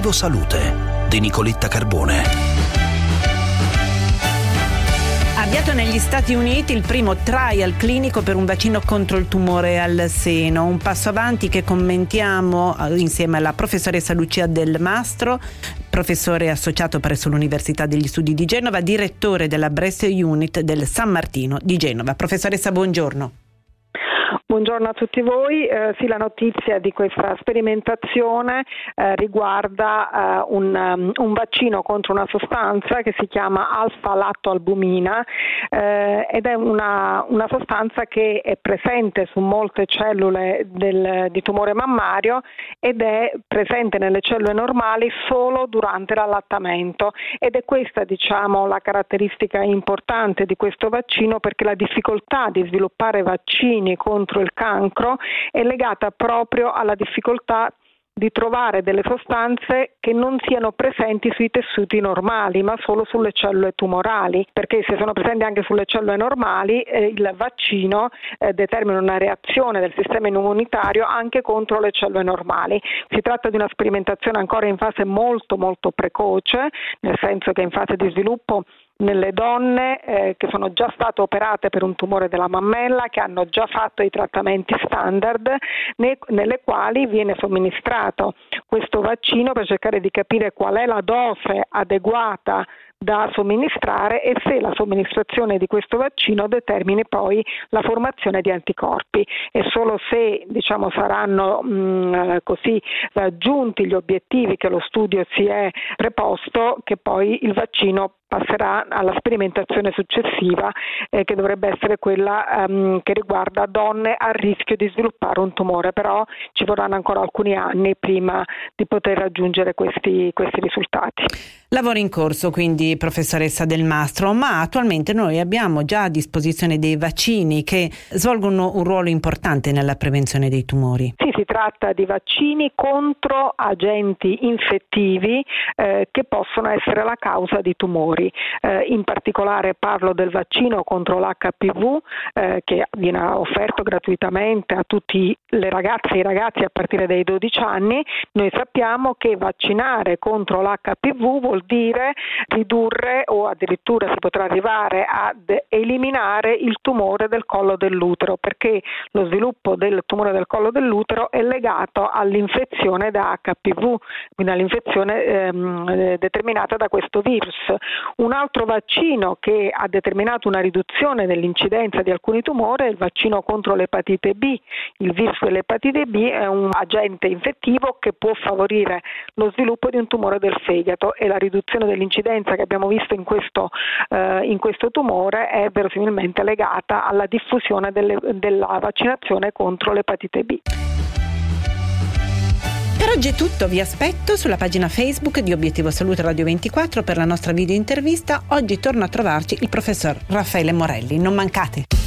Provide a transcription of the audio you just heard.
Obiettivo Salute di Nicoletta Carbone. Avviato negli Stati Uniti il primo trial clinico per un vaccino contro il tumore al seno, un passo avanti che commentiamo insieme alla professoressa Lucia Del Mastro, professore associato presso l'Università degli Studi di Genova, direttore della Breast Unit del San Martino di Genova. Professoressa, buongiorno. Buongiorno a tutti voi. Sì, la notizia di questa sperimentazione riguarda un vaccino contro una sostanza che si chiama alfa-lattoalbumina ed è una sostanza che è presente su molte cellule di tumore mammario ed è presente nelle cellule normali solo durante l'allattamento, ed è questa, la caratteristica importante di questo vaccino, perché la difficoltà di sviluppare vaccini contro il cancro è legata proprio alla difficoltà di trovare delle sostanze che non siano presenti sui tessuti normali, ma solo sulle cellule tumorali, perché se sono presenti anche sulle cellule normali, il vaccino determina una reazione del sistema immunitario anche contro le cellule normali. Si tratta di una sperimentazione ancora in fase molto molto precoce, nel senso che è in fase di sviluppo nelle donne che sono già state operate per un tumore della mammella, che hanno già fatto i trattamenti standard, nelle quali viene somministrato questo vaccino per cercare di capire qual è la dose adeguata da somministrare e se la somministrazione di questo vaccino determini poi la formazione di anticorpi, e solo se saranno così raggiunti gli obiettivi che lo studio si è preposto, che poi il vaccino passerà alla sperimentazione successiva, che dovrebbe essere quella che riguarda donne a rischio di sviluppare un tumore, però ci vorranno ancora alcuni anni prima di poter raggiungere questi risultati. Lavoro in corso quindi, professoressa Del Mastro, ma attualmente noi abbiamo già a disposizione dei vaccini che svolgono un ruolo importante nella prevenzione dei tumori. Sì, si tratta di vaccini contro agenti infettivi che possono essere la causa di tumori. In particolare parlo del vaccino contro l'HPV che viene offerto gratuitamente a tutti le ragazze e i ragazzi a partire dai 12 anni. Noi sappiamo che vaccinare contro l'HPV vuol dire ridurre, o addirittura si potrà arrivare ad eliminare il tumore del collo dell'utero, perché lo sviluppo del tumore del collo dell'utero è legato all'infezione da HPV, quindi all'infezione determinata da questo virus. Un altro vaccino che ha determinato una riduzione dell'incidenza di alcuni tumori è il vaccino contro l'epatite B. Il virus dell'epatite B è un agente infettivo che può favorire lo sviluppo di un tumore del fegato, e la riduzione dell'incidenza che abbiamo visto in questo tumore è verosimilmente legata alla diffusione della vaccinazione contro l'epatite B. Per oggi è tutto, vi aspetto sulla pagina Facebook di Obiettivo Salute Radio 24 per la nostra video intervista. Oggi torna a trovarci il professor Raffaele Morelli, non mancate!